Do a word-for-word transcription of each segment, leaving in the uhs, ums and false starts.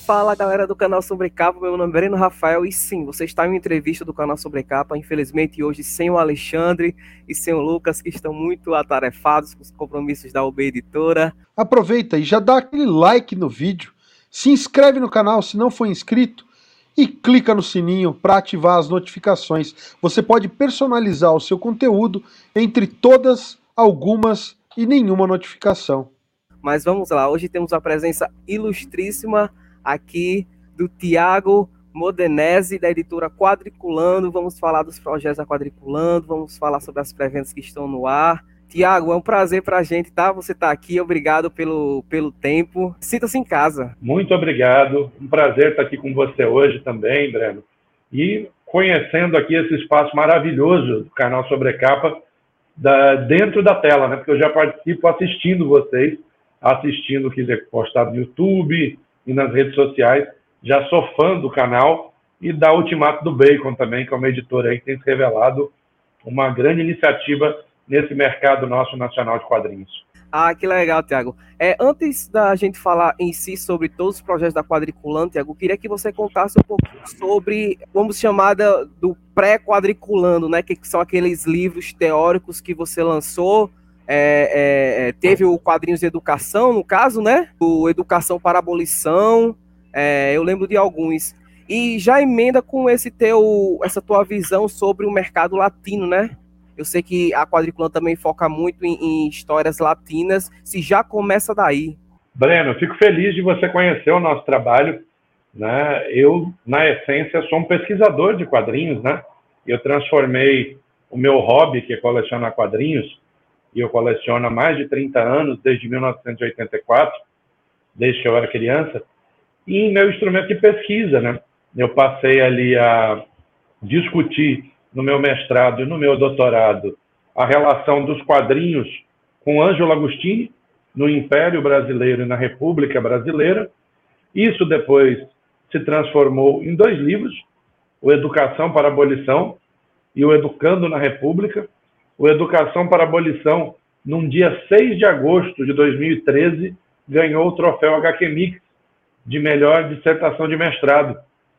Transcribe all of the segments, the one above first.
Fala, galera do canal Sobrecapa, meu nome é Breno Rafael e sim, você está em uma entrevista do canal Sobrecapa, infelizmente hoje sem o Alexandre e sem o Lucas, que estão muito atarefados com os compromissos da U B Editora. Aproveita e já dá aquele like no vídeo, se inscreve no canal se não for inscrito e clica no sininho para ativar as notificações. Você pode personalizar o seu conteúdo entre todas, algumas e nenhuma notificação. Mas vamos lá, hoje temos a presença ilustríssima aqui do Tiago Modenese, da editora Quadriculando. Vamos falar dos projetos da Quadriculando, vamos falar sobre as pré-vendas que estão no ar. Tiago, é um prazer para a gente, tá? Você tá aqui, obrigado pelo, pelo tempo. Sinta-se em casa. Muito obrigado, um prazer estar aqui com você hoje também, Breno. E conhecendo aqui esse espaço maravilhoso do canal Sobrecapa, da, dentro da tela, né? Porque eu já participo assistindo vocês, assistindo, quer dizer, postado no YouTube e nas redes sociais. Já sou fã do canal e da Ultimato do Bacon também, que é uma editora aí que tem se revelado uma grande iniciativa nesse mercado nosso nacional de quadrinhos. Ah, que legal, Tiago. É, antes da gente falar em si sobre todos os projetos da Quadriculando, Tiago, eu queria que você contasse um pouquinho sobre, vamos chamar da, do pré-quadriculando, né? Que são aqueles livros teóricos que você lançou. É, é, teve o Quadrinhos de Educação, no caso, né? O Educação para Abolição, é, eu lembro de alguns. E já emenda com esse teu, essa tua visão sobre o mercado latino, né? Eu sei que a Quadriculando também foca muito em, em histórias latinas. Se já começa daí. Breno, fico feliz de você conhecer o nosso trabalho, né? Eu, na essência, sou um pesquisador de quadrinhos, né? Eu transformei o meu hobby, que é colecionar quadrinhos, e eu coleciono há mais de trinta anos, desde mil novecentos e oitenta e quatro, desde que eu era criança, e em meu instrumento de pesquisa, né? Eu passei ali a discutir no meu mestrado e no meu doutorado a relação dos quadrinhos com Ângelo Agostini, no Império Brasileiro e na República Brasileira. Isso depois se transformou em dois livros, o Educação para a Abolição e o Educando na República. O Educação para a Abolição, num dia seis de agosto de dois mil e treze, ganhou o troféu H Q Mix de melhor dissertação de mestrado.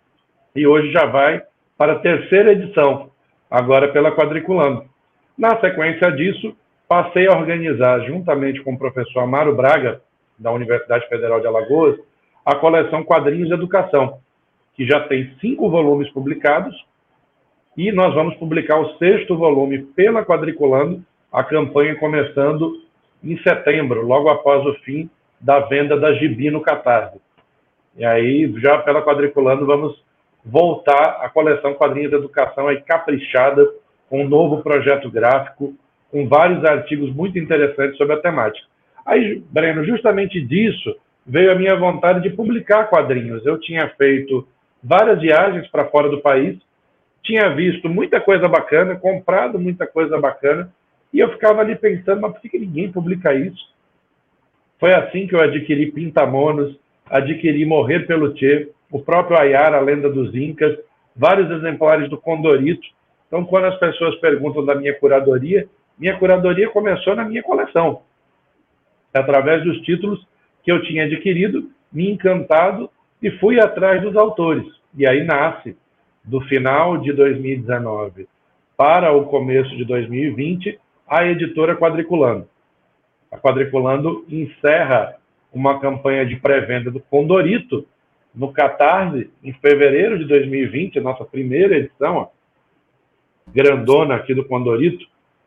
E hoje já vai para a terceira edição, agora pela Quadriculando. Na sequência disso, passei a organizar, juntamente com o professor Amaro Braga, da Universidade Federal de Alagoas, a coleção Quadrinhos de Educação, que já tem cinco volumes publicados, e nós vamos publicar o sexto volume pela Quadriculando, a campanha começando em setembro, logo após o fim da venda da Gibi no Catarse. E aí, já pela Quadriculando, vamos voltar à coleção Quadrinhos de Educação aí caprichada, com um novo projeto gráfico, com vários artigos muito interessantes sobre a temática. Aí, Breno, justamente disso veio a minha vontade de publicar quadrinhos. Eu tinha feito várias viagens para fora do país, tinha visto muita coisa bacana, comprado muita coisa bacana, e eu ficava ali pensando, mas por que ninguém publica isso? Foi assim que eu adquiri Pintamonos, adquiri Morrer pelo Che, o próprio Ayar, a Lenda dos Incas, vários exemplares do Condorito. Então, quando as pessoas perguntam da minha curadoria, minha curadoria começou na minha coleção, através dos títulos que eu tinha adquirido, me encantado, e fui atrás dos autores. E aí nasce, do final de dois mil e dezenove para o começo de dois mil e vinte, a editora Quadriculando. A Quadriculando encerra uma campanha de pré-venda do Condorito no Catarse, em fevereiro de dois mil e vinte, a nossa primeira edição, ó, grandona aqui do Condorito,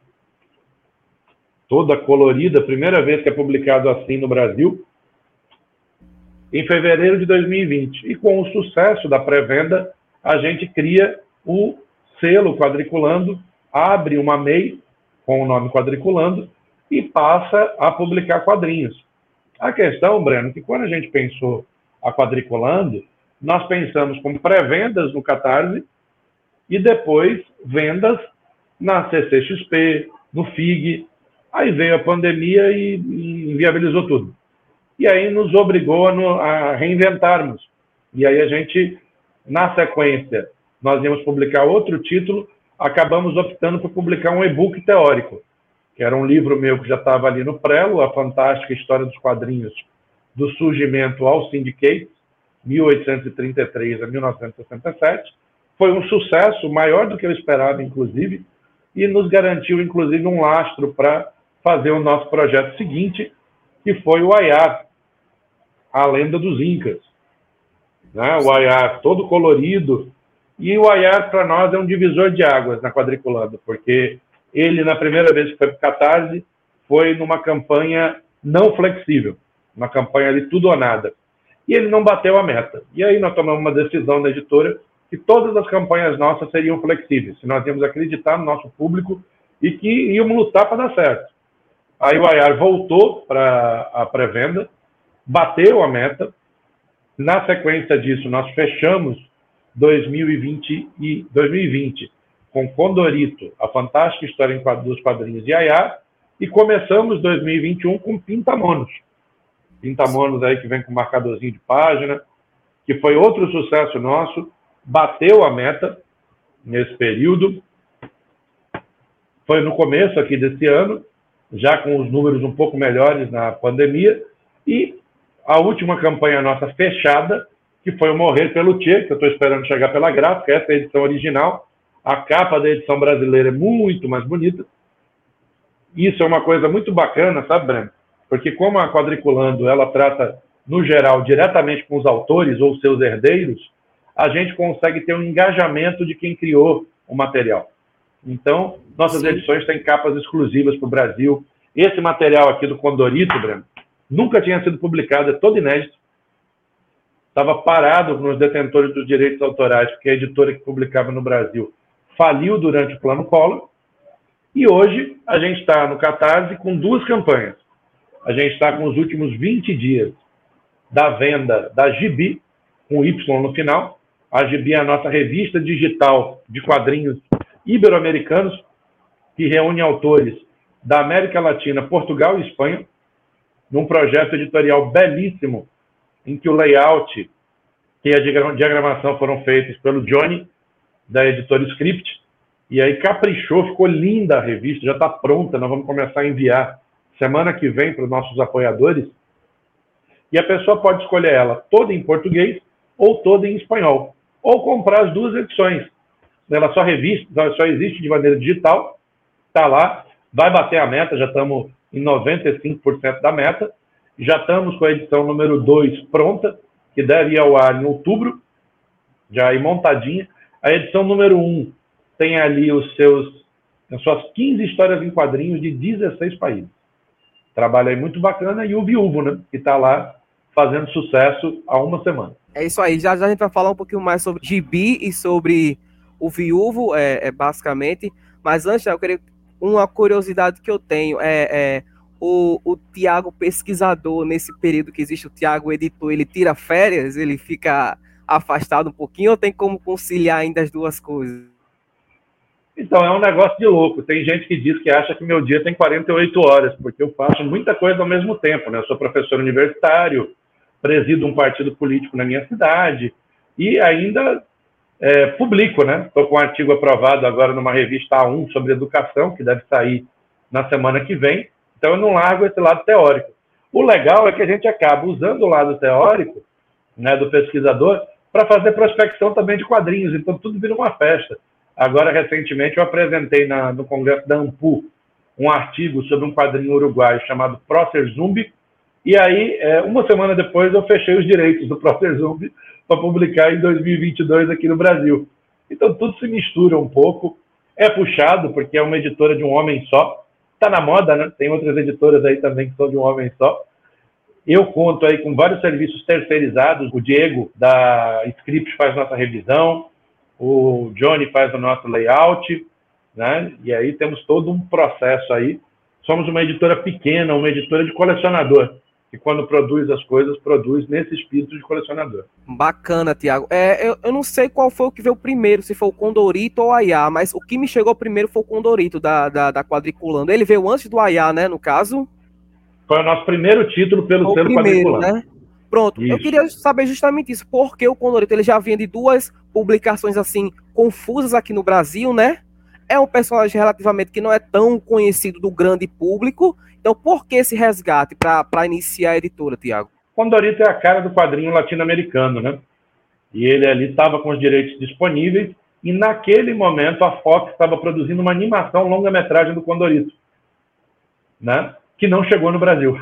toda colorida, primeira vez que é publicado assim no Brasil, em fevereiro de dois mil e vinte. E com o sucesso da pré-venda, a gente cria o selo Quadriculando, abre uma M E I com o nome Quadriculando e passa a publicar quadrinhos. A questão, Breno, é que quando a gente pensou a Quadriculando, nós pensamos com pré-vendas no Catarse e depois vendas na C C X P, no F I G. Aí veio a pandemia e, e inviabilizou tudo. E aí nos obrigou a, no, a reinventarmos. E aí a gente, na sequência, nós íamos publicar outro título, acabamos optando por publicar um e-book teórico, que era um livro meu que já estava ali no prelo, A Fantástica História dos Quadrinhos, do Surgimento ao Syndicate, mil oitocentos e trinta e três a mil novecentos e sessenta e sete. Foi um sucesso, maior do que eu esperava, inclusive, e nos garantiu, inclusive, um lastro para fazer o nosso projeto seguinte, que foi o Wayar, a lenda dos Incas. Né? O Wayar todo colorido, e o Wayar, para nós, é um divisor de águas na Quadriculando, porque ele, na primeira vez que foi para o Catarse, foi numa campanha não flexível, uma campanha ali tudo ou nada. E ele não bateu a meta. E aí nós tomamos uma decisão da editora que todas as campanhas nossas seriam flexíveis, se nós íamos acreditar no nosso público e que íamos lutar para dar certo. Aí o Wayar voltou para a pré-venda, bateu a meta. Na sequência disso, nós fechamos dois mil e vinte, e dois mil e vinte com Condorito, a fantástica história dos quadrinhos de Wayar, e começamos dois mil e vinte e um com Pintamonos. Pintamonos aí que vem com marcadorzinho de página, que foi outro sucesso nosso, bateu a meta nesse período. Foi no começo aqui desse ano, já com os números um pouco melhores na pandemia, e a última campanha nossa fechada, que foi o Morrer pelo Tchê, que eu estou esperando chegar pela gráfica, essa é a edição original. A capa da edição brasileira é muito mais bonita. Isso é uma coisa muito bacana, sabe, Breno? Porque como a Quadriculando, ela trata, no geral, diretamente com os autores ou seus herdeiros, a gente consegue ter um engajamento de quem criou o material. Então, nossas Sim. edições têm capas exclusivas para o Brasil. Esse material aqui do Condorito, Breno, nunca tinha sido publicado, é todo inédito. Estava parado nos detentores dos direitos autorais, porque a editora que publicava no Brasil faliu durante o Plano Collor. E hoje a gente está no Catarse com duas campanhas. A gente está com os últimos vinte dias da venda da Gibi, com Y no final. A Gibi é a nossa revista digital de quadrinhos ibero-americanos, que reúne autores da América Latina, Portugal e Espanha, num projeto editorial belíssimo, em que o layout e a diagramação foram feitos pelo Johnny, da editora Script, e aí caprichou, ficou linda a revista, já está pronta, nós vamos começar a enviar semana que vem para os nossos apoiadores, e a pessoa pode escolher ela toda em português ou toda em espanhol, ou comprar as duas edições. Ela só, revista, só existe de maneira digital, está lá, vai bater a meta, já estamos em noventa e cinco por cento da meta, já estamos com a edição número dois pronta, que deve ir ao ar em outubro, já aí montadinha. A edição número um tem ali os seus, as suas quinze histórias em quadrinhos de dezesseis países. Trabalho aí muito bacana, e o Viúvo, né, que está lá fazendo sucesso há uma semana. É isso aí, já, já a gente vai falar um pouquinho mais sobre Gibi e sobre o Viúvo, é, é basicamente, mas antes eu queria, uma curiosidade que eu tenho, é, é o, o Tiago pesquisador, nesse período que existe o Tiago editor, ele tira férias, ele fica afastado um pouquinho, ou tem como conciliar ainda as duas coisas? Então, é um negócio de louco. Tem gente que diz que acha que meu dia tem quarenta e oito horas, porque eu faço muita coisa ao mesmo tempo, né? Eu sou professor universitário, presido um partido político na minha cidade, e ainda é, publico, né? Estou com um artigo aprovado agora numa revista A um sobre educação, que deve sair na semana que vem, então eu não largo esse lado teórico. O legal é que a gente acaba usando o lado teórico, né, do pesquisador para fazer prospecção também de quadrinhos, então tudo vira uma festa. Agora, recentemente, eu apresentei na, no congresso da AMPU um artigo sobre um quadrinho uruguaio chamado Prócer Zumbi, e aí, é, uma semana depois, eu fechei os direitos do Prócer Zumbi para publicar em dois mil e vinte e dois aqui no Brasil. Então, tudo se mistura um pouco, é puxado, porque é uma editora de um homem só, está na moda, né? Tem outras editoras aí também que são de um homem só. Eu conto aí com vários serviços terceirizados, o Diego, da Script, faz nossa revisão, o Johnny faz o nosso layout, né? E aí temos todo um processo aí. Somos uma editora pequena, uma editora de colecionador, que quando produz as coisas, produz nesse espírito de colecionador. Bacana, Tiago. É, eu, eu não sei qual foi o que veio primeiro, se foi o Condorito ou o Wayar, mas o que me chegou primeiro foi o Condorito, da, da, da Quadriculando. Ele veio antes do Wayar, né, no caso? Foi o nosso primeiro título pelo o selo primeiro, Quadriculando. Né? Pronto, Isso. Eu queria saber justamente isso, porque o Condorito ele já vinha de duas publicações assim confusas aqui no Brasil, né? É um personagem relativamente que não é tão conhecido do grande público, então por que esse resgate para iniciar a editora, Tiago? Condorito é a cara do quadrinho latino-americano, né? E ele ali estava com os direitos disponíveis, e naquele momento a Fox estava produzindo uma animação longa-metragem do Condorito, né? Que não chegou no Brasil.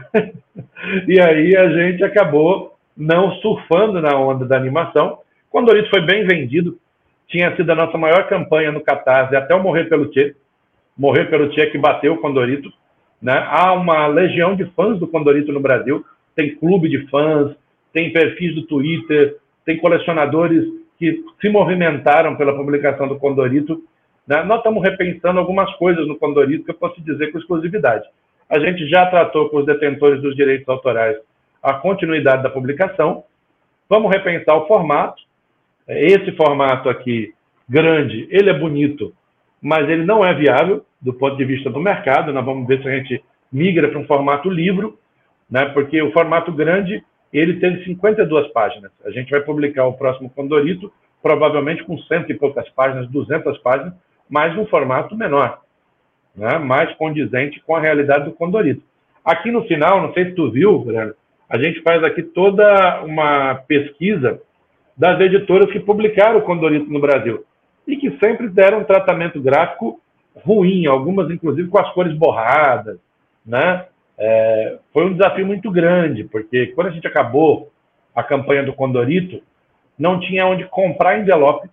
E aí a gente acabou não surfando na onda da animação. Condorito foi bem vendido, tinha sido a nossa maior campanha no Catarse até o Morrer pelo Tchê. Morrer pelo Tchê que bateu o Condorito, né? Há uma legião de fãs do Condorito no Brasil, tem clube de fãs, tem perfis do Twitter, tem colecionadores que se movimentaram pela publicação do Condorito, né? Nós estamos repensando algumas coisas no Condorito que eu posso dizer com exclusividade. A gente já tratou com os detentores dos direitos autorais a continuidade da publicação. Vamos repensar o formato. Esse formato aqui, grande, ele é bonito, mas ele não é viável do ponto de vista do mercado. Nós vamos ver se a gente migra para um formato livro, né? Porque o formato grande, ele tem cinquenta e duas páginas. A gente vai publicar o próximo Condorito, provavelmente com cento e poucas páginas, duzentas páginas, mas num formato menor, né? Mais condizente com a realidade do Condorito. Aqui no final, não sei se tu viu, Breno, a gente faz aqui toda uma pesquisa das editoras que publicaram o Condorito no Brasil e que sempre deram um tratamento gráfico ruim, algumas inclusive com as cores borradas, né? É, foi um desafio muito grande, porque quando a gente acabou a campanha do Condorito, não tinha onde comprar envelope,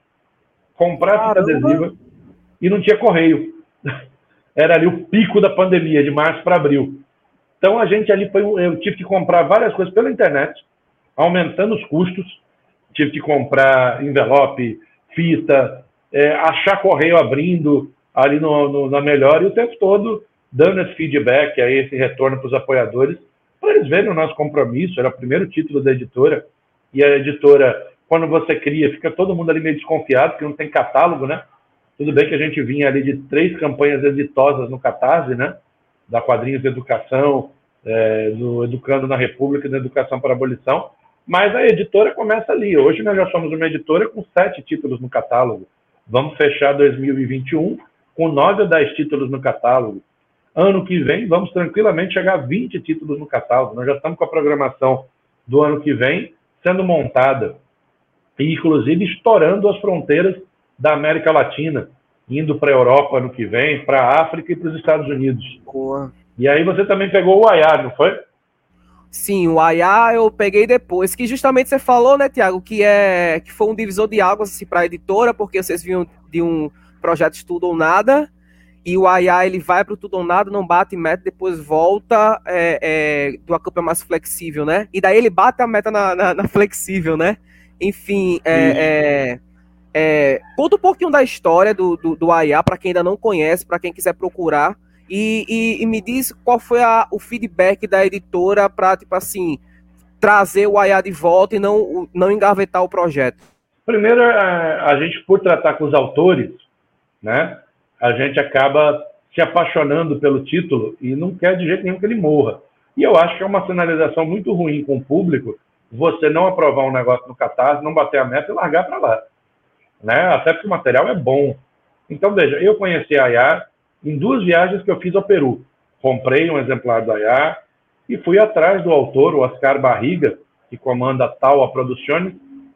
comprar fita adesiva e não tinha correio. Era ali o pico da pandemia, de março para abril. Então a gente ali foi, eu tive que comprar várias coisas pela internet, aumentando os custos, tive que comprar envelope, fita, é, achar correio abrindo ali no, no, na Melhor, e o tempo todo dando esse feedback, aí, esse retorno para os apoiadores, para eles verem o nosso compromisso. Era o primeiro título da editora, e a editora, quando você cria, fica todo mundo ali meio desconfiado, porque não tem catálogo, né? Tudo bem que a gente vinha ali de três campanhas exitosas no Catarse, né? Da Quadrinhos de Educação, é, do Educando na República e da Educação para a Abolição, mas a editora começa ali. Hoje nós já somos uma editora com sete títulos no catálogo. Vamos fechar dois mil e vinte e um com nove ou dez títulos no catálogo. Ano que vem, vamos tranquilamente chegar a vinte títulos no catálogo. Nós já estamos com a programação do ano que vem sendo montada, e inclusive estourando as fronteiras da América Latina, indo para a Europa ano que vem, para a África e para os Estados Unidos. Boa. E aí você também pegou o Ayá, não foi? Sim, o Ayá eu peguei depois, que justamente você falou, né, Tiago, que, é, que foi um divisor de águas assim, para a editora, porque vocês vinham de um projeto Tudo ou Nada, e o Ayá ele vai para o Tudo ou Nada, não bate meta, depois volta é, é, de uma campanha mais flexível, né? E daí ele bate a meta na, na, na flexível, né? Enfim, é, é, é, conta um pouquinho da história do, do, do Ayá, para quem ainda não conhece, para quem quiser procurar, e, e, e me diz qual foi a, o feedback da editora para, tipo assim, trazer o Ayá de volta e não, não engavetar o projeto. Primeiro, a, a gente, por tratar com os autores, né, a gente acaba se apaixonando pelo título e não quer de jeito nenhum que ele morra. E eu acho que é uma sinalização muito ruim com o público você não aprovar um negócio no Catarse, não bater a meta e largar para lá, né? Até porque o material é bom. Então, veja, eu conheci a Ayá em duas viagens que eu fiz ao Peru. Comprei um exemplar do Ayá e fui atrás do autor, o Oscar Barriga, que comanda a Tal a Produções,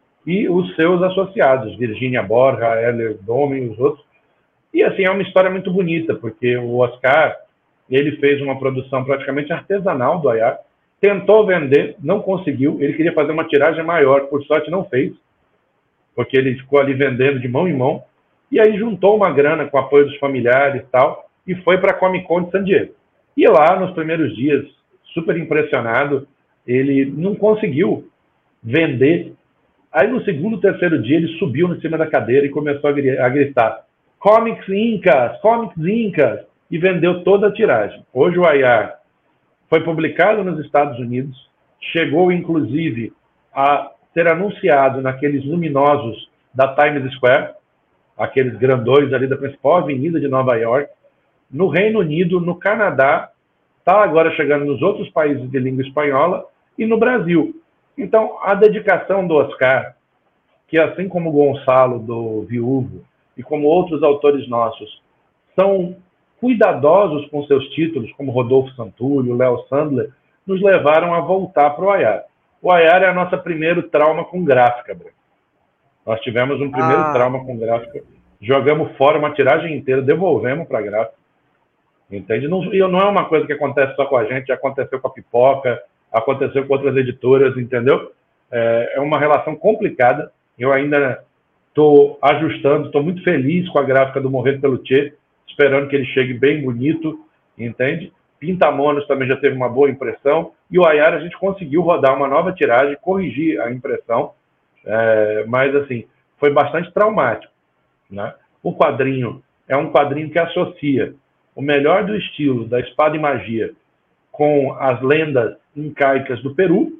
e os seus associados, Virgínia Borja, Heller Dome e os outros. E, assim, é uma história muito bonita, porque o Oscar, ele fez uma produção praticamente artesanal do Ayá, tentou vender, não conseguiu, ele queria fazer uma tiragem maior, por sorte não fez, porque ele ficou ali vendendo de mão em mão, e aí juntou uma grana com o apoio dos familiares e tal, e foi para a Comic Con de San Diego. E lá, nos primeiros dias, super impressionado, ele não conseguiu vender. Aí, no segundo, terceiro dia, ele subiu em cima da cadeira e começou a gritar: Comics Incas, Comics Incas, e vendeu toda a tiragem. Hoje o Ayá foi publicado nos Estados Unidos, chegou inclusive a ser anunciado naqueles luminosos da Times Square, aqueles grandões ali da principal avenida de Nova York, no Reino Unido, no Canadá, está agora chegando nos outros países de língua espanhola e no Brasil. Então, a dedicação do Oscar, que assim como o Gonçalo do Viúvo, e como outros autores nossos, são cuidadosos com seus títulos, como Rodolfo Santúlio, Léo Sandler, nos levaram a voltar para o Ayá. O Ayara é a nossa primeiro trauma com gráfica, Breno. Nós tivemos um primeiro ah. trauma com gráfica, jogamos fora uma tiragem inteira, devolvemos para a gráfica. Entende? Não, e não é uma coisa que acontece só com a gente, já aconteceu com a Pipoca, aconteceu com outras editoras, entendeu? É, é uma relação complicada. Eu ainda estou ajustando, estou muito feliz com a gráfica do Morrer pelo Tchê, esperando que ele chegue bem bonito, entende? Pintamonos também já teve uma boa impressão, e o Ayara a gente conseguiu rodar uma nova tiragem, corrigir a impressão, é, mas assim, foi bastante traumático, né? O quadrinho é um quadrinho que associa o melhor do estilo da Espada e Magia com as lendas incaicas do Peru,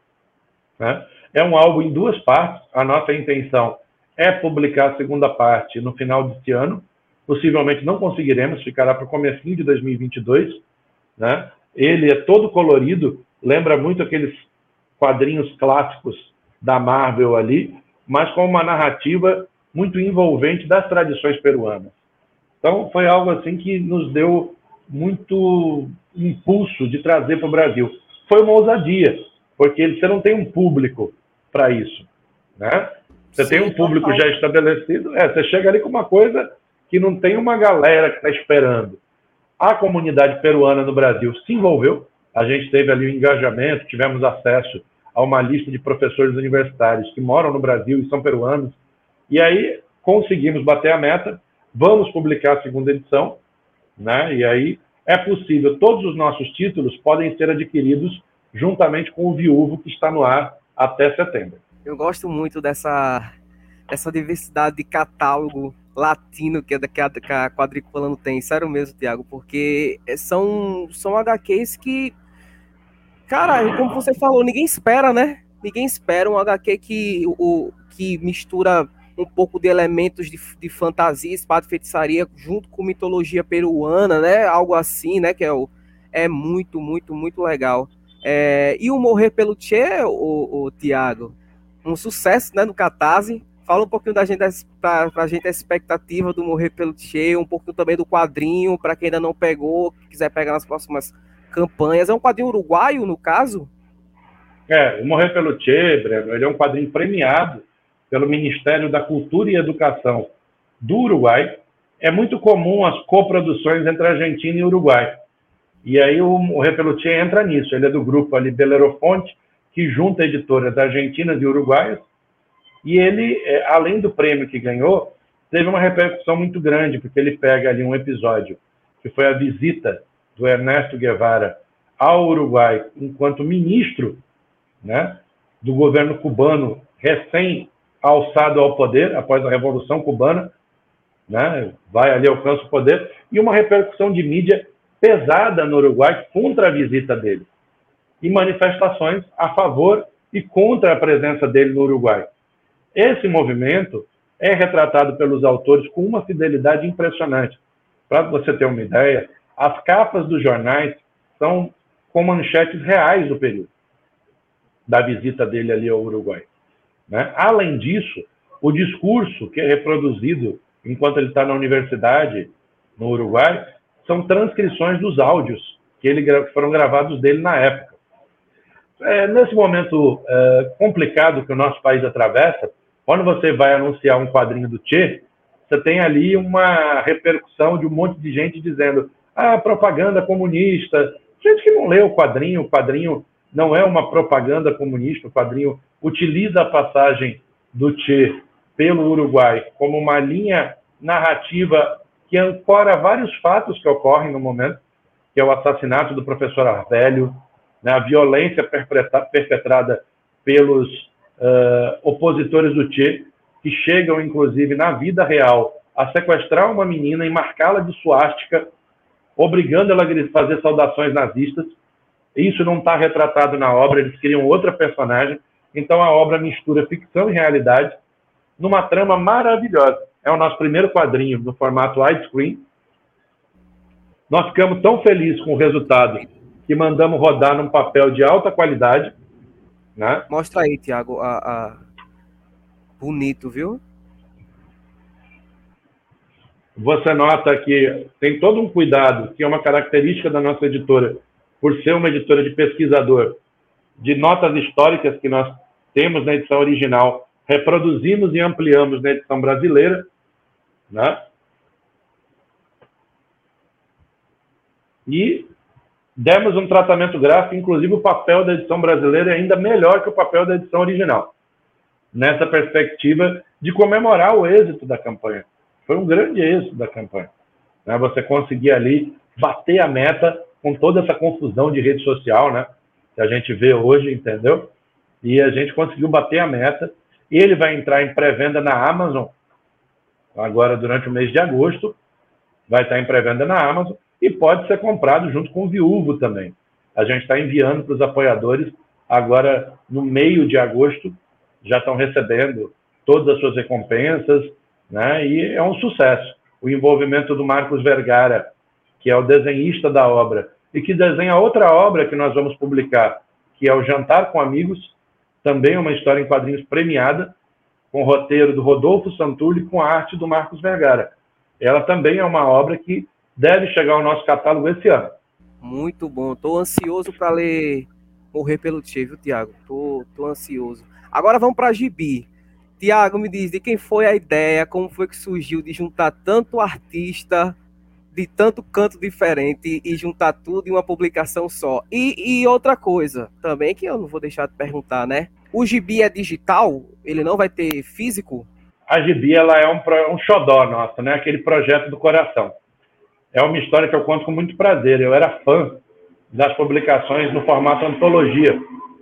né? É um álbum em duas partes. A nossa intenção é publicar a segunda parte no final deste ano. Possivelmente não conseguiremos, ficará para o comecinho de dois mil e vinte e dois. Né? Ele é todo colorido, lembra muito aqueles quadrinhos clássicos da Marvel ali, mas com uma narrativa muito envolvente das tradições peruanas. Então, foi algo assim que nos deu muito impulso de trazer para o Brasil. Foi uma ousadia, porque você não tem um público para isso, né? Você Sim, tem um público já estabelecido, é, você chega ali com uma coisa que não tem uma galera que está esperando. A comunidade peruana no Brasil se envolveu, a gente teve ali o engajamento, tivemos acesso a uma lista de professores universitários que moram no Brasil e são peruanos, e aí conseguimos bater a meta. Vamos publicar a segunda edição, né? E aí é possível, todos os nossos títulos podem ser adquiridos juntamente com o Viúvo, que está no ar até setembro. Eu gosto muito dessa, dessa diversidade de catálogo latino que a, que a, que a Quadriculando tem, sério mesmo, Thiago, porque são, são agá quês que, cara, como você falou, ninguém espera, né? Ninguém espera um agá quê que, o, que mistura um pouco de elementos de, de fantasia, espada e feitiçaria, junto com mitologia peruana, né? Algo assim, né? Que é, o, é muito, muito, muito legal. É, e o Morrer pelo Tchê, o, o Thiago, um sucesso, né, no Catarse. Fala um pouquinho da gente, pra, pra gente a expectativa do Morrer pelo Tchê, um pouquinho também do quadrinho, para quem ainda não pegou, quiser pegar nas próximas campanhas. É um quadrinho uruguaio, no caso? É, o Morrer pelo Tchê, Breno, ele é um quadrinho premiado pelo Ministério da Cultura e Educação do Uruguai. É muito comum as coproduções entre Argentina e Uruguai. E aí o Morrer pelo Tchê entra nisso. Ele é do grupo ali Belerofonte, que junta editoras argentinas e uruguaias. E ele, além do prêmio que ganhou, teve uma repercussão muito grande, porque ele pega ali um episódio que foi a visita do Ernesto Guevara ao Uruguai enquanto ministro, né, do governo cubano recém alçado ao poder, após a Revolução Cubana, né, vai ali, alcança o poder, e uma repercussão de mídia pesada no Uruguai contra a visita dele, e manifestações a favor e contra a presença dele no Uruguai. Esse movimento é retratado pelos autores com uma fidelidade impressionante. Para você ter uma ideia, as capas dos jornais são com manchetes reais do período da visita dele ali ao Uruguai. Né? Além disso, o discurso que é reproduzido enquanto ele está na universidade no Uruguai são transcrições dos áudios que ele, foram gravados dele na época. É, nesse momento é, complicado que o nosso país atravessa, quando você vai anunciar um quadrinho do Tchê, você tem ali uma repercussão de um monte de gente dizendo ah, propaganda comunista. Gente que não lê o quadrinho, o quadrinho não é uma propaganda comunista, o quadrinho utiliza a passagem do Tchê pelo Uruguai como uma linha narrativa que ancora vários fatos que ocorrem no momento, que é o assassinato do professor Arvélio, né, a violência perpetrada pelos uh, opositores do Tchê, que chegam, inclusive, na vida real, a sequestrar uma menina e marcá-la de suástica, obrigando ela a fazer saudações nazistas. Isso não está retratado na obra, eles criam outra personagem. Então a obra mistura ficção e realidade numa trama maravilhosa. É o nosso primeiro quadrinho no formato widescreen. Nós ficamos tão felizes com o resultado que mandamos rodar num papel de alta qualidade. Né? Mostra aí, Thiago, a, a... bonito, viu? Você nota que tem todo um cuidado, que é uma característica da nossa editora, por ser uma editora de pesquisador, de notas históricas que nós temos na edição original, reproduzimos e ampliamos na edição brasileira, né? E demos um tratamento gráfico, inclusive o papel da edição brasileira é ainda melhor que o papel da edição original, nessa perspectiva de comemorar o êxito da campanha. Foi um grande êxito da campanha, né? Você conseguir ali bater a meta com toda essa confusão de rede social, né, que a gente vê hoje, entendeu? E a gente conseguiu bater a meta. Ele vai entrar em pré-venda na Amazon, agora durante o mês de agosto, vai estar em pré-venda na Amazon, e pode ser comprado junto com o Viúvo também. A gente está enviando para os apoiadores, agora no meio de agosto, já estão recebendo todas as suas recompensas, né? E é um sucesso. O envolvimento do Marcos Vergara, que é o desenhista da obra, e que desenha outra obra que nós vamos publicar, que é o Jantar com Amigos, também é uma história em quadrinhos premiada, com o roteiro do Rodolfo Santulli, com a arte do Marcos Vergara. Ela também é uma obra que deve chegar ao nosso catálogo esse ano. Muito bom. Estou ansioso para ler Morrer pelo Tchê, viu, Tiago? Tô, tô ansioso. Agora vamos para Gibi. Tiago, me diz, de quem foi a ideia, como foi que surgiu de juntar tanto artista de tanto canto diferente e juntar tudo em uma publicação só? E, e outra coisa também, que eu não vou deixar de perguntar, né? O Gibi é digital? Ele não vai ter físico? A Gibi, ela é um, um xodó nosso, né? Aquele projeto do coração. É uma história que eu conto com muito prazer. Eu era fã das publicações no formato antologia,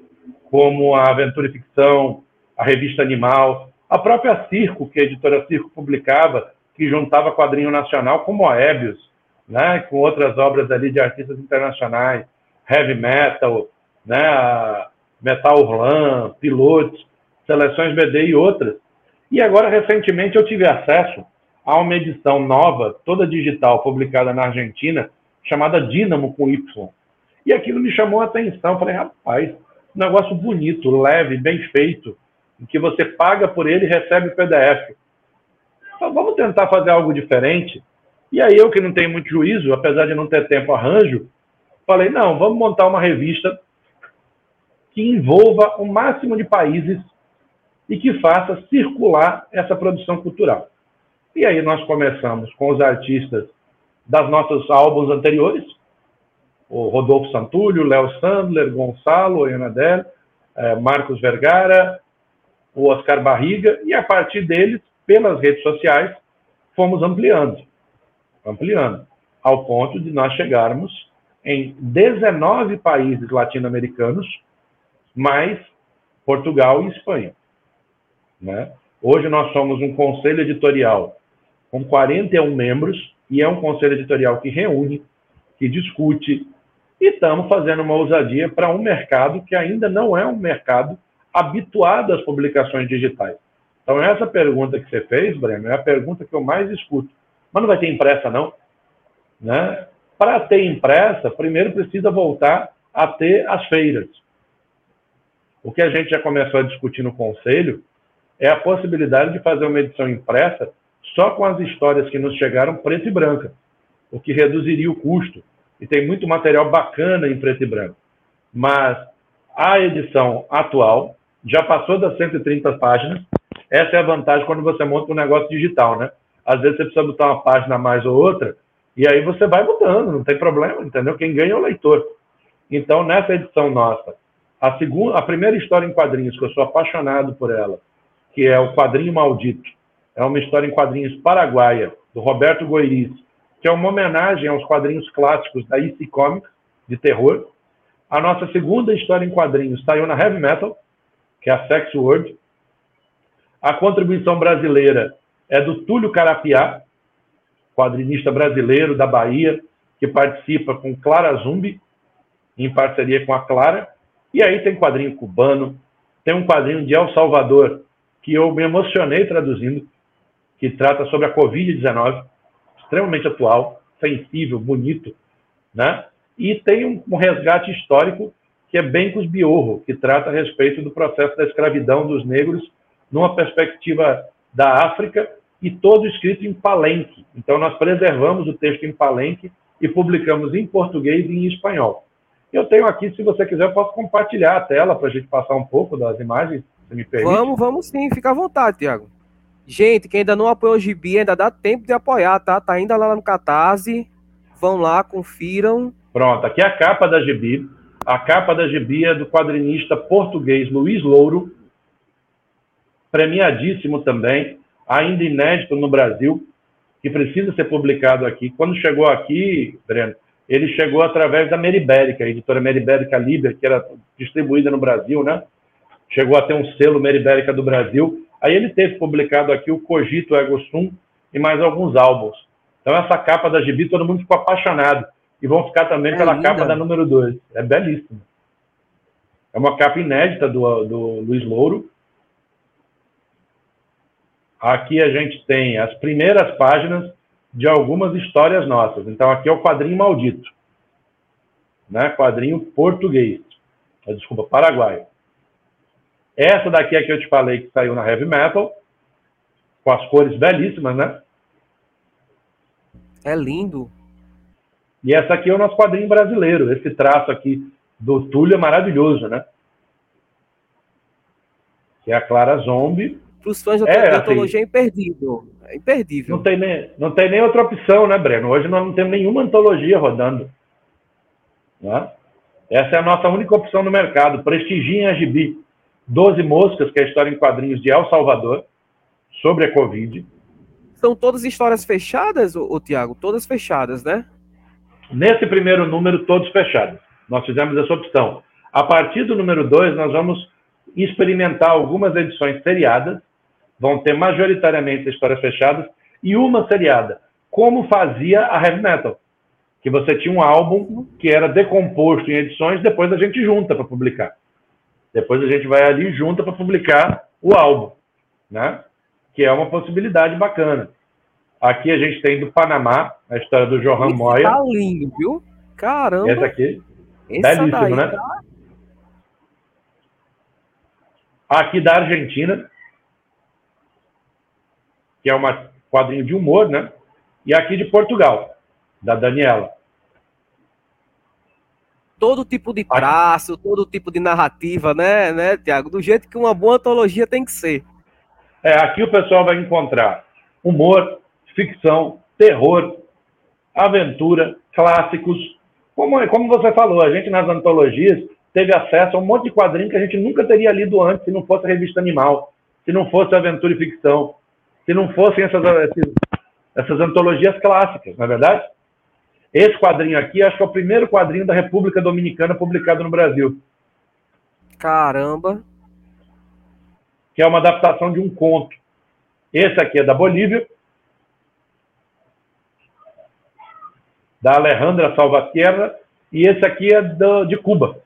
como a Aventura e Ficção, a Revista Animal, a própria Circo, que a editora Circo publicava, que juntava quadrinho nacional com Moebius, né, com outras obras ali de artistas internacionais, Heavy Metal, né, Metal Urlan, Pilotos, Seleções B D e outras. E agora, recentemente, eu tive acesso a uma edição nova, toda digital, publicada na Argentina, chamada Dínamo com Y. E aquilo me chamou a atenção. Eu falei, rapaz, um negócio bonito, leve, bem feito, em que você paga por ele e recebe o P D F. Então, vamos tentar fazer algo diferente. E aí eu, que não tenho muito juízo, apesar de não ter tempo arranjo, falei, não, vamos montar uma revista que envolva o máximo de países e que faça circular essa produção cultural. E aí nós começamos com os artistas das nossos álbuns anteriores, o Rodolfo Santulli, o Léo Sandler, Gonçalo, Oyanadel, eh, Marcos Vergara, o Oscar Barriga, e a partir deles, pelas redes sociais, fomos ampliando, ampliando, ao ponto de nós chegarmos em dezenove países latino-americanos, mais Portugal e Espanha, né? Hoje nós somos um conselho editorial com quarenta e um membros, e é um conselho editorial que reúne, que discute, e estamos fazendo uma ousadia para um mercado que ainda não é um mercado habituado às publicações digitais. Então, essa pergunta que você fez, Breno, é a pergunta que eu mais escuto. Mas não vai ter impressa, não? Né? Para ter impressa, primeiro precisa voltar a ter as feiras. O que a gente já começou a discutir no Conselho é a possibilidade de fazer uma edição impressa só com as histórias que nos chegaram preto e branca, o que reduziria o custo. E tem muito material bacana em preto e branco. Mas a edição atual já passou das cento e trinta páginas. Essa é a vantagem quando você monta um negócio digital, né? Às vezes você precisa botar uma página a mais ou outra, e aí você vai mudando, não tem problema, entendeu? Quem ganha é o leitor. Então, nessa edição nossa, a, segunda, a primeira história em quadrinhos, que eu sou apaixonado por ela, que é o Quadrinho Maldito, é uma história em quadrinhos paraguaia, do Roberto Goiriz, que é uma homenagem aos quadrinhos clássicos da I C Comics, de terror. A nossa segunda história em quadrinhos saiu na Heavy Metal, que é a Sex World. A contribuição brasileira é do Túlio Carapiá, quadrinista brasileiro da Bahia, que participa com Clara Zumbi, em parceria com a Clara. E aí tem quadrinho cubano, tem um quadrinho de El Salvador, que eu me emocionei traduzindo, que trata sobre a covid dezenove, extremamente atual, sensível, bonito, né? E tem um, um resgate histórico que é Bencos Biorro, que trata a respeito do processo da escravidão dos negros numa perspectiva da África, e todo escrito em palenque. Então nós preservamos o texto em palenque e publicamos em português e em espanhol. Eu tenho aqui, se você quiser, eu posso compartilhar a tela para a gente passar um pouco das imagens, se me permite. Vamos, vamos sim, fica à vontade, Tiago. Gente, quem ainda não apoiou o Gibi, ainda dá tempo de apoiar, tá? Tá ainda lá no Catarse. Vão lá, confiram. Pronto, aqui é a capa da Gibi. A capa da Gibi é do quadrinista português Luiz Louro, premiadíssimo também, ainda inédito no Brasil, que precisa ser publicado aqui. Quando chegou aqui, Breno, ele chegou através da Meribérica, a editora Meribérica Liber, que era distribuída no Brasil, né? Chegou a ter um selo Meribérica do Brasil. Aí ele teve publicado aqui o Cogito Ergo Sum e mais alguns álbuns. Então essa capa da Gibi, todo mundo ficou apaixonado. E vão ficar também é pela linda. Capa da número dois. É belíssimo. É uma capa inédita do, do Luiz Louro. Aqui a gente tem as primeiras páginas de algumas histórias nossas. Então, aqui é o quadrinho maldito. Né? Quadrinho português. Desculpa, paraguaio. Essa daqui é que eu te falei que saiu na Heavy Metal. Com as cores belíssimas, né? É lindo. E essa aqui é o nosso quadrinho brasileiro. Esse traço aqui do Túlio é maravilhoso, né? Que é a Clara Zombie. Para os fãs da é, antologia assim, é imperdível. É imperdível. Não tem, nem, não tem nem outra opção, né, Breno? Hoje nós não temos nenhuma antologia rodando. Né? Essa é a nossa única opção no mercado. Prestigiem a Gibi. doze Moscas, que é a história em quadrinhos de El Salvador, sobre a Covid. São todas histórias fechadas, ô, ô Tiago? Todas fechadas, né? Nesse primeiro número, todos fechados. Nós fizemos essa opção. A partir do número dois, nós vamos experimentar algumas edições seriadas. Vão ter majoritariamente histórias fechadas e uma seriada, como fazia a Heavy Metal, que você tinha um álbum que era decomposto em edições, depois a gente junta para publicar. Depois a gente vai ali e junta para publicar o álbum, né? Que é uma possibilidade bacana. Aqui a gente tem do Panamá, a história do Johan Esse Moya. Tá lindo, viu? Caramba! Esse aqui, belíssimo, né? Tá... Aqui da Argentina, que é um quadrinho de humor, né? E aqui de Portugal, da Daniela. Todo tipo de traço, aqui. Todo tipo de narrativa, né, né, Tiago? Do jeito que uma boa antologia tem que ser. É, aqui o pessoal vai encontrar humor, ficção, terror, aventura, clássicos. Como, como você falou, a gente nas antologias teve acesso a um monte de quadrinho que a gente nunca teria lido antes se não fosse a Revista Animal, se não fosse aventura e ficção, se não fossem essas, essas antologias clássicas, não é verdade? Esse quadrinho aqui, acho que é o primeiro quadrinho da República Dominicana publicado no Brasil. Caramba! Que é uma adaptação de um conto. Esse aqui é da Bolívia, da Alejandra Salvatierra, e esse aqui é do, de Cuba.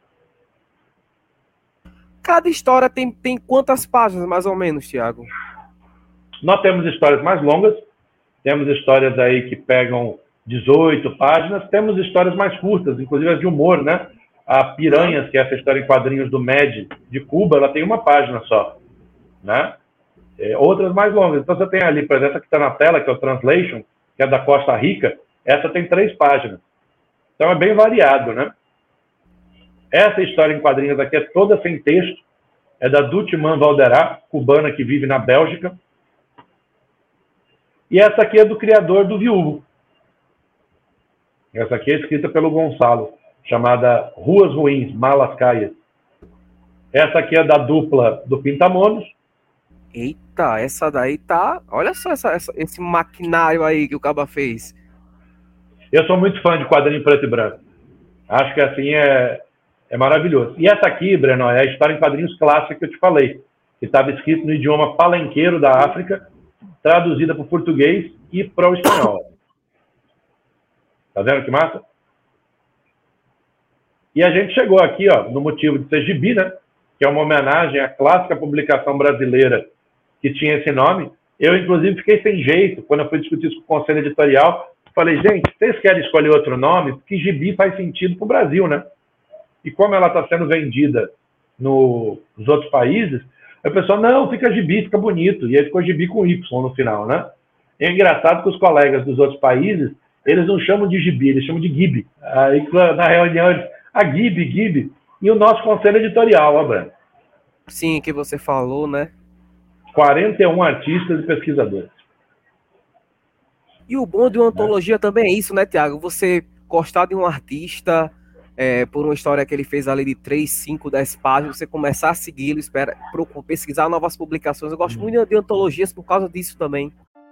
Cada história tem, tem quantas páginas, mais ou menos, Tiago? Nós temos histórias mais longas, temos histórias aí que pegam dezoito páginas, temos histórias mais curtas, inclusive as de humor, né? A Piranhas, que é essa história em quadrinhos do Med de Cuba, ela tem uma página só, né? É, outras mais longas. Então você tem ali, por exemplo, essa que está na tela, que é o Translation, que é da Costa Rica, essa tem três páginas. Então é bem variado, né? Essa história em quadrinhos aqui é toda sem texto, é da Dutman Valderá, cubana que vive na Bélgica. E essa aqui é do criador do Viúvo. Essa aqui é escrita pelo Gonçalo, chamada Ruas Ruins, Malas Caias. Essa aqui é da dupla do Pintamonos. Eita, essa daí tá... Olha só essa, essa, esse maquinário aí que o Caba fez. Eu sou muito fã de quadrinho preto e branco. Acho que assim é, é maravilhoso. E essa aqui, Breno, é a história em quadrinhos clássica que eu te falei, que estava escrito no idioma palenqueiro da África, traduzida para o português e para o espanhol. Tá vendo que massa? E a gente chegou aqui, ó, no motivo de ser Gibi, né? Que é uma homenagem à clássica publicação brasileira que tinha esse nome. Eu, inclusive, fiquei sem jeito quando eu fui discutir isso com o conselho editorial. Falei, gente, vocês querem escolher outro nome? Porque Gibi faz sentido para o Brasil, né? E como ela está sendo vendida no, nos outros países, a pessoa, não, fica Gibi, fica bonito. E aí ficou Gibi com Y no final, né? E é engraçado que os colegas dos outros países, eles não chamam de Gibi, eles chamam de Gibi. Aí na reunião, a Gibi, Gibi e o nosso conselho editorial, ó, Breno. Sim, que você falou, né? quarenta e um artistas e pesquisadores. E o bom de uma antologia é. também é isso, né, Tiago? Você gostar de um artista é, por uma história que ele fez ali de três, cinco, dez páginas, você começar a segui-lo, espera, pesquisar novas publicações. Eu gosto hum. muito de antologias por causa disso também.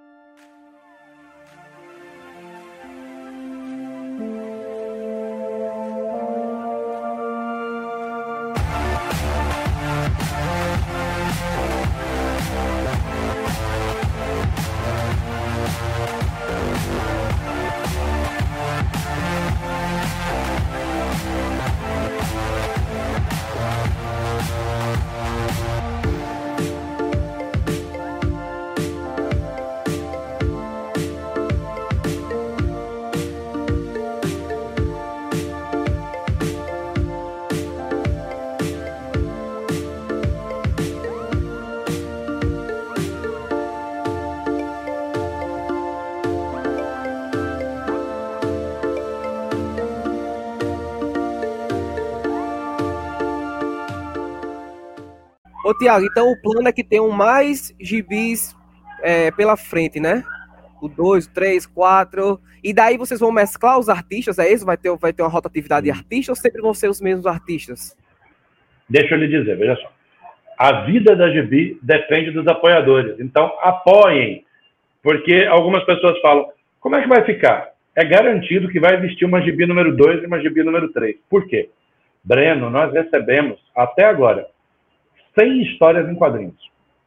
Ô, Tiago, então o plano é que tenham mais gibis é, pela frente, né? O dois, o três, quatro. E daí vocês vão mesclar os artistas, é isso? Vai ter, vai ter uma rotatividade de artistas ou sempre vão ser os mesmos artistas? Deixa eu lhe dizer, veja só. A vida da Gibi depende dos apoiadores. Então, apoiem. Porque algumas pessoas falam, como é que vai ficar? É garantido que vai existir uma Gibi número dois e uma Gibi número três. Por quê? Breno, nós recebemos, até agora, cem histórias em quadrinhos.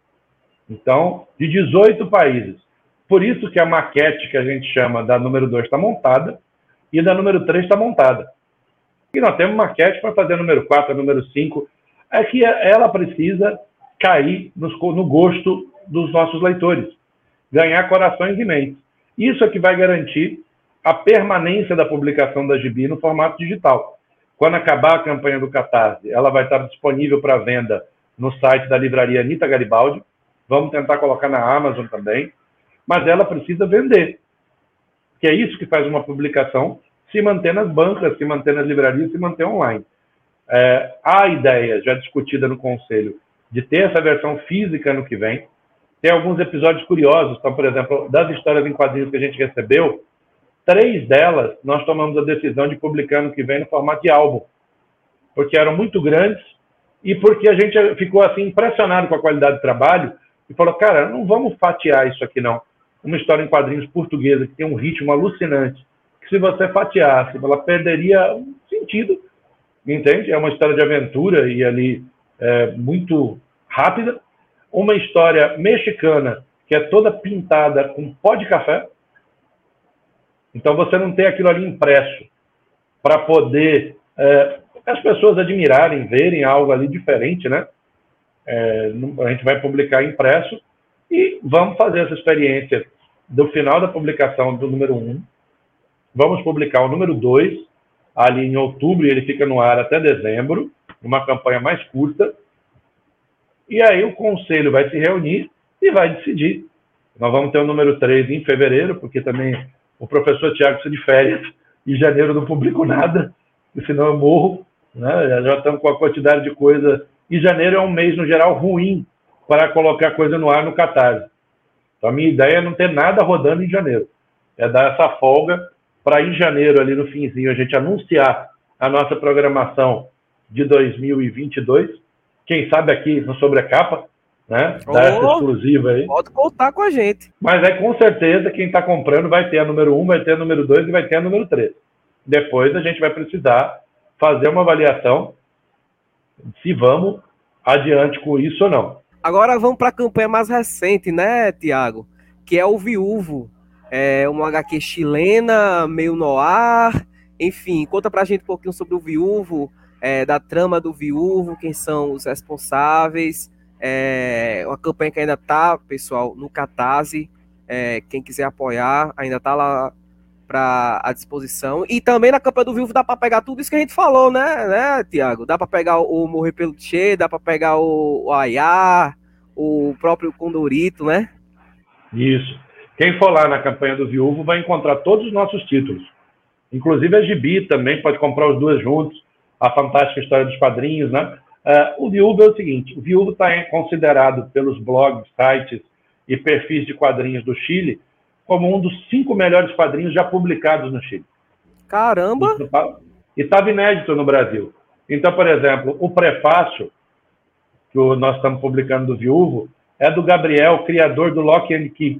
Então, de dezoito países. Por isso que a maquete que a gente chama da número dois está montada e da número três está montada. E nós temos maquete para fazer a número quatro, a número cinco. É que ela precisa cair no gosto dos nossos leitores. Ganhar corações e mentes. Isso é que vai garantir a permanência da publicação da Gibi no formato digital. Quando acabar a campanha do Catarse, ela vai estar disponível para venda no site da livraria Anita Garibaldi. Vamos tentar colocar na Amazon também. Mas ela precisa vender. Que é isso que faz uma publicação se manter nas bancas, se manter nas livrarias, se manter online. É, há ideia já discutida no Conselho de ter essa versão física no que vem. Tem alguns episódios curiosos. Então, por exemplo, das histórias em quadrinhos que a gente recebeu, três delas nós tomamos a decisão de publicar no que vem no formato de álbum. Porque eram muito grandes e porque a gente ficou assim impressionado com a qualidade do trabalho e falou, cara, não vamos fatiar isso aqui não. Uma história em quadrinhos portuguesa que tem um ritmo alucinante, que se você fatiasse, ela perderia um sentido, entende? É uma história de aventura e ali é, muito rápida. Uma história mexicana que é toda pintada com pó de café. Então você não tem aquilo ali impresso para poder é, as pessoas admirarem, verem algo ali diferente, né? É, a gente vai publicar impresso e vamos fazer essa experiência do final da publicação do número um. Vamos publicar o número dois ali em outubro e ele fica no ar até dezembro, uma campanha mais curta. E aí o conselho vai se reunir e vai decidir. Nós vamos ter o número três em fevereiro, porque também o professor Tiago precisa de férias. Em janeiro eu não publico nada, senão eu morro. Né? Já estamos com a quantidade de coisa. E janeiro é um mês, no geral, ruim para colocar coisa no ar no Catarse. Então, a minha ideia é não ter nada rodando em janeiro. É dar essa folga para, em janeiro, ali no finzinho, a gente anunciar a nossa programação de dois mil e vinte e dois. Quem sabe aqui no Sobrecapa, né? Dar oh, essa exclusiva aí. Pode contar com a gente. Mas é com certeza quem está comprando vai ter a número um, vai ter a número dois e vai ter a número três. Depois a gente vai precisar fazer uma avaliação se vamos adiante com isso ou não. Agora vamos para a campanha mais recente, né, Tiago? Que é o Viúvo. É uma agá quê chilena, meio noir. Enfim, conta pra gente um pouquinho sobre o Viúvo, é, da trama do Viúvo, quem são os responsáveis. É uma campanha que ainda tá, pessoal, no Catarse. É, quem quiser apoiar, ainda tá lá para à disposição. E também na campanha do Viúvo dá para pegar tudo isso que a gente falou, né, né, Tiago? Dá para pegar o Morrer pelo Tchê, dá para pegar o, o Ayá, o próprio Condorito, né? Isso. Quem for lá na campanha do Viúvo vai encontrar todos os nossos títulos. Inclusive a Gibi também, pode comprar os dois juntos. A Fantástica História dos Quadrinhos, né? Uh, o Viúvo é o seguinte, o Viúvo está considerado pelos blogs, sites e perfis de quadrinhos do Chile como um dos cinco melhores quadrinhos já publicados no Chile. Caramba! E estava inédito no Brasil. Então, por exemplo, o prefácio que nós estamos publicando do Viúvo é do Gabriel, criador do Lock and Key,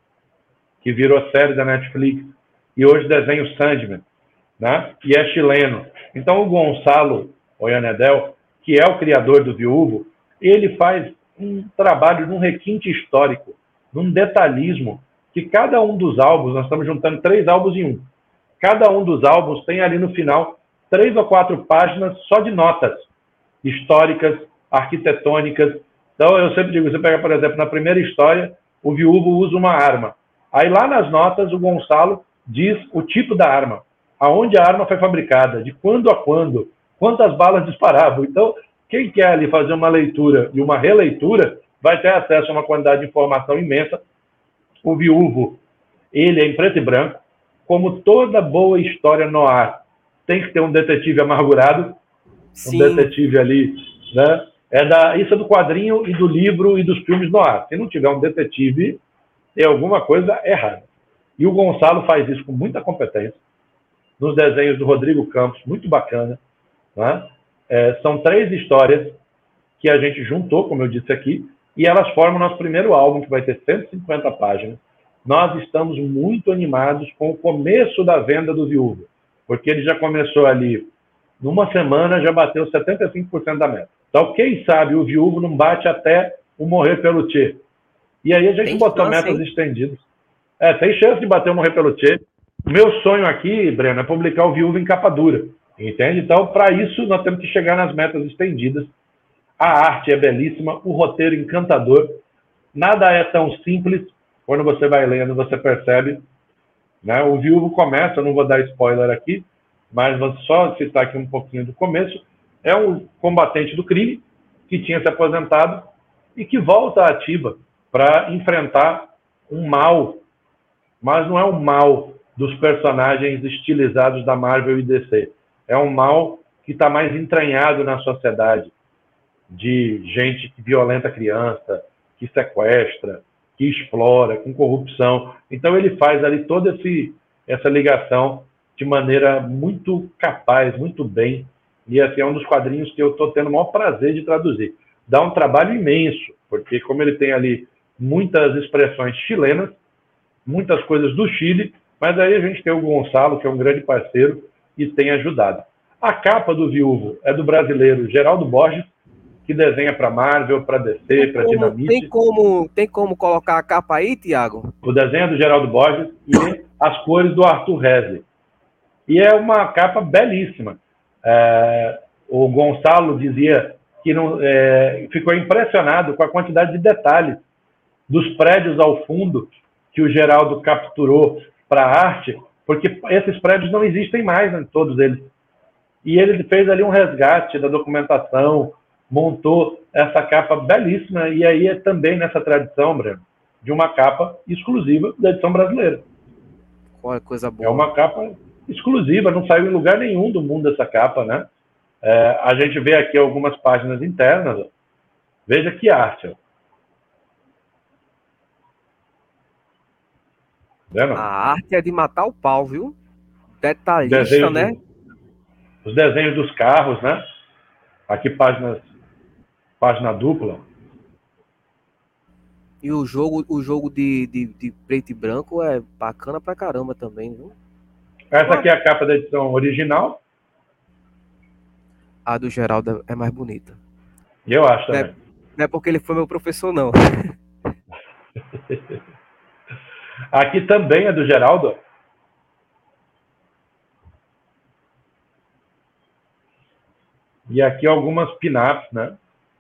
que virou série da Netflix e hoje desenha o Sandman, né? E é chileno. Então, o Gonçalo Oyanedel, que é o criador do Viúvo, ele faz um trabalho num requinte histórico, num detalhismo, que cada um dos álbuns, nós estamos juntando três álbuns em um, cada um dos álbuns tem ali no final três ou quatro páginas só de notas históricas, arquitetônicas. Então, eu sempre digo, você pega, por exemplo, na primeira história, o Viúvo usa uma arma. Aí lá nas notas, o Gonçalo diz o tipo da arma, aonde a arma foi fabricada, de quando a quando, quantas balas disparavam. Então, quem quer ali fazer uma leitura e uma releitura vai ter acesso a uma quantidade de informação imensa. O Viúvo, ele é em preto e branco. Como toda boa história noir, tem que ter um detetive amargurado. Sim. Um detetive ali, né? É da, isso é do quadrinho e do livro e dos filmes noir. Se não tiver um detetive, tem alguma coisa errada. E o Gonçalo faz isso com muita competência. Nos desenhos do Rodrigo Campos, muito bacana, né? É, são três histórias que a gente juntou, como eu disse aqui, e elas formam o nosso primeiro álbum, que vai ter cento e cinquenta páginas. Nós estamos muito animados com o começo da venda do Viúvo, porque ele já começou ali, numa semana, já bateu setenta e cinco por cento da meta. Então, quem sabe o Viúvo não bate até o Morrer pelo Tchê. E aí a gente tem botou chance, metas hein? estendidas. É, tem chance de bater o Morrer pelo Tchê. Meu sonho aqui, Breno, é publicar o Viúvo em capa dura. Entende? Então, para isso, nós temos que chegar nas metas estendidas. A arte é belíssima, o roteiro encantador. Nada é tão simples. Quando você vai lendo, você percebe. Né? O Viúvo começa, não vou dar spoiler aqui, mas vou só citar aqui um pouquinho do começo. É um combatente do crime que tinha se aposentado e que volta à ativa para enfrentar um mal. Mas não é um mal dos personagens estilizados da Marvel e D C. É um mal que está mais entranhado na sociedade, de gente que violenta criança, que sequestra, que explora, com corrupção. Então ele faz ali toda esse, essa ligação de maneira muito capaz, muito bem. E assim, é um dos quadrinhos que eu estou tendo o maior prazer de traduzir. Dá um trabalho imenso, porque como ele tem ali muitas expressões chilenas, muitas coisas do Chile, mas aí a gente tem o Gonçalo, que é um grande parceiro, e tem ajudado. A capa do Viúvo é do brasileiro Geraldo Borges, que desenha para Marvel, para D C, para Dinamite. Tem como, tem como colocar a capa aí, Tiago? O desenho é do Geraldo Borges e as cores do Arthur Hesle. E é uma capa belíssima. É, o Gonçalo dizia que não, é, ficou impressionado com a quantidade de detalhes dos prédios ao fundo que o Geraldo capturou para a arte, porque esses prédios não existem mais, né, todos eles. E ele fez ali um resgate da documentação, montou essa capa belíssima, e aí é também nessa tradição, Breno, de uma capa exclusiva da edição brasileira. Olha, coisa boa. É uma capa exclusiva, não saiu em lugar nenhum do mundo essa capa, né? É, a gente vê aqui algumas páginas internas, ó. Veja que arte, ó. Vendo? A arte é de matar o pau, viu? Detalhista, desenhos né? Do, os desenhos dos carros, né? Aqui páginas, página dupla. E o jogo, o jogo de, de, de preto e branco é bacana pra caramba também, viu? Essa aqui é a capa da edição original. A do Geraldo é mais bonita. Eu acho também. Não é, não é porque ele foi meu professor, não. Aqui também é do Geraldo. E aqui algumas pin-ups, né?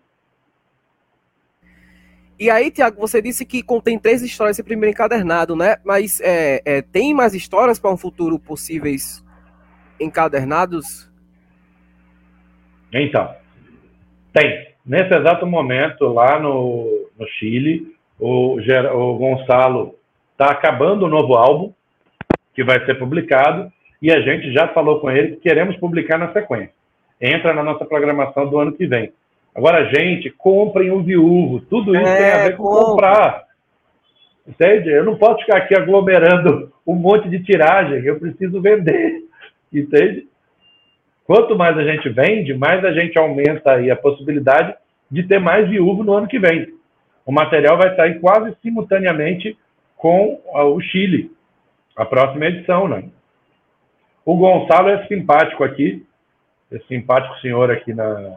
E aí, Tiago, você disse que contém três histórias esse primeiro encadernado, né? Mas é, é, tem mais histórias para um futuro possíveis encadernados? Então, tem. Nesse exato momento, lá no, no Chile, o, o Gonçalo está acabando o novo álbum, que vai ser publicado, e a gente já falou com ele que queremos publicar na sequência. entra na nossa programação do ano que vem. Agora, gente, comprem o viúvo. Tudo isso é, tem a ver com compra. comprar. Entende? Eu não posso ficar aqui aglomerando um monte de tiragem. Eu preciso vender. Entende? Quanto mais a gente vende, mais a gente aumenta aí a possibilidade de ter mais viúvo no ano que vem. O material vai sair quase simultaneamente com o Chile, a próxima edição, né? O Gonçalo é simpático aqui, esse simpático senhor aqui na...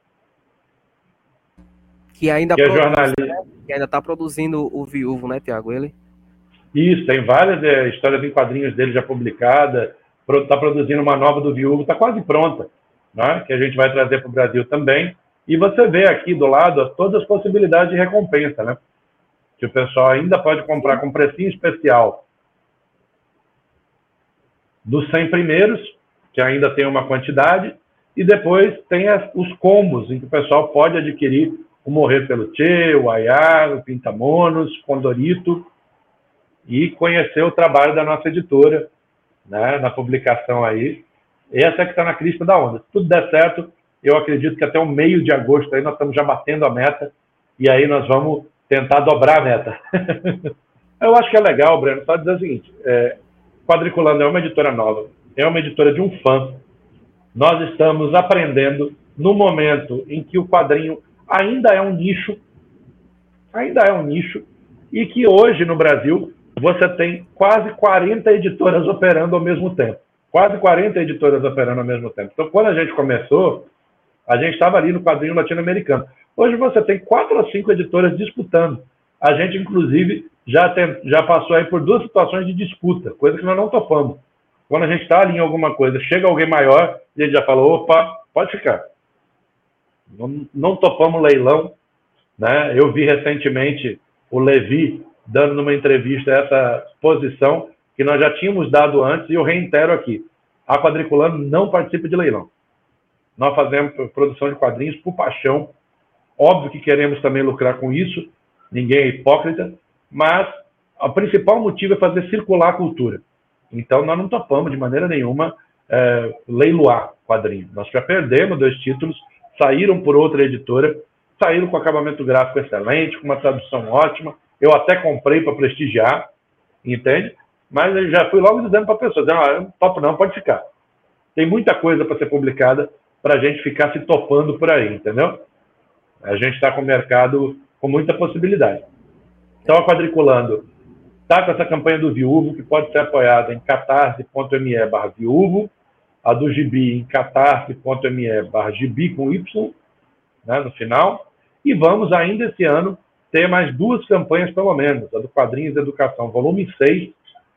Que ainda que é produz, jornalista. Né? Que ainda está produzindo o viúvo, né, Tiago? Ele? Isso, tem várias é, histórias em quadrinhos dele já publicadas, está produzindo uma nova do viúvo, está quase pronta, né? Que a gente vai trazer para o Brasil também. E você vê aqui do lado todas as possibilidades de recompensa, né? Que o pessoal ainda pode comprar com precinho especial dos cem primeiros, que ainda tem uma quantidade, e depois tem as, os combos, em que o pessoal pode adquirir o Morrer pelo Che, o Ayar, o Pintamonos, Condorito, e conhecer o trabalho da nossa editora, né, na publicação aí. Essa é que está na crista da onda. Se tudo der certo, eu acredito que até o meio de agosto aí nós estamos já batendo a meta, e aí nós vamos tentar dobrar a meta. Eu acho que é legal, Breno, só dizer o seguinte, é, Quadriculando é uma editora nova, é uma editora de um fã. Nós estamos aprendendo no momento em que o quadrinho ainda é um nicho, ainda é um nicho, e que hoje no Brasil você tem quase quarenta editoras operando ao mesmo tempo. Quase quarenta editoras operando ao mesmo tempo. Então, quando a gente começou, a gente estava ali no quadrinho latino-americano. Hoje você tem quatro ou cinco editoras disputando. A gente, inclusive, já, tem, já passou aí por duas situações de disputa, coisa que nós não topamos. Quando a gente está ali em alguma coisa, chega alguém maior, e a gente já falou, opa, pode ficar. Não, não topamos leilão, né? Eu vi recentemente o Levi dando numa entrevista essa posição que nós já tínhamos dado antes, e eu reitero aqui. A Quadriculando não participa de leilão. Nós fazemos produção de quadrinhos por paixão. Óbvio que queremos também lucrar com isso, ninguém é hipócrita, mas o principal motivo é fazer circular a cultura. Então, nós não topamos de maneira nenhuma é, leiloar quadrinho. Nós já perdemos dois títulos, saíram por outra editora, saíram com acabamento gráfico excelente, com uma tradução ótima. Eu até comprei para prestigiar, entende? Mas eu já fui logo dizendo para a pessoa, dizendo, ah, eu não topo não, pode ficar. Tem muita coisa para ser publicada para a gente ficar se topando por aí, entendeu? A gente está com o mercado com muita possibilidade. Então, a Quadriculando está com essa campanha do Viúvo, que pode ser apoiada em catarse.me barra viúvo, a do Gibi em catarse.me barra gibi com Y, né, no final, e vamos ainda esse ano ter mais duas campanhas, pelo menos, a do Quadrinhos de Educação, volume seis,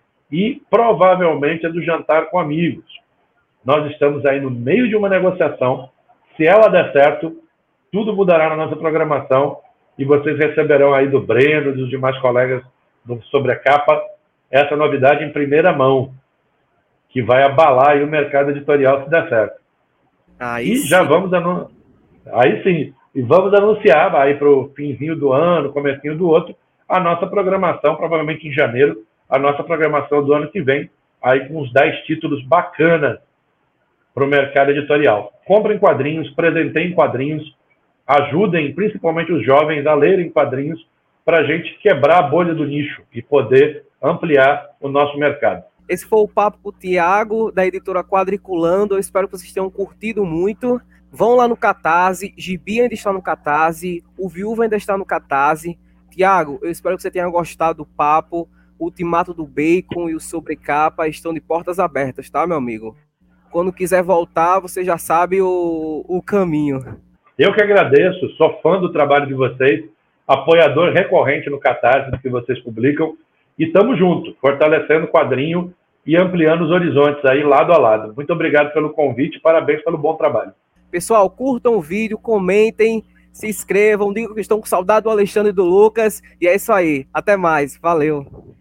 e provavelmente a do Jantar com Amigos. Nós estamos aí no meio de uma negociação. Se ela der certo, tudo mudará na nossa programação e vocês receberão aí do Breno e dos demais colegas do Sobrecapa essa novidade em primeira mão, que vai abalar aí o mercado editorial se der certo. Aí e sim. já vamos anunciar, aí sim, e vamos anunciar aí para o finzinho do ano, comecinho do outro, a nossa programação, provavelmente em janeiro, a nossa programação do ano que vem, aí com uns dez títulos bacanas para o mercado editorial. Comprem quadrinhos, presentem quadrinhos, ajudem principalmente os jovens a lerem quadrinhos para a gente quebrar a bolha do nicho e poder ampliar o nosso mercado. Esse foi o papo com o Tiago, da editora Quadriculando. Eu espero que vocês tenham curtido muito. Vão lá no Catarse, Gibi ainda está no Catarse, o Viúva ainda está no Catarse. Tiago, eu espero que você tenha gostado do papo. O Ultimato do Bacon e o Sobrecapa estão de portas abertas, tá, meu amigo? Quando quiser voltar, você já sabe o, o caminho. Eu que agradeço, sou fã do trabalho de vocês, apoiador recorrente no Catarse do que vocês publicam, e estamos juntos, fortalecendo o quadrinho e ampliando os horizontes aí lado a lado. Muito obrigado pelo convite, parabéns pelo bom trabalho. Pessoal, curtam o vídeo, comentem, se inscrevam, digam que estão com saudade do Alexandre e do Lucas, e é isso aí. Até mais, valeu.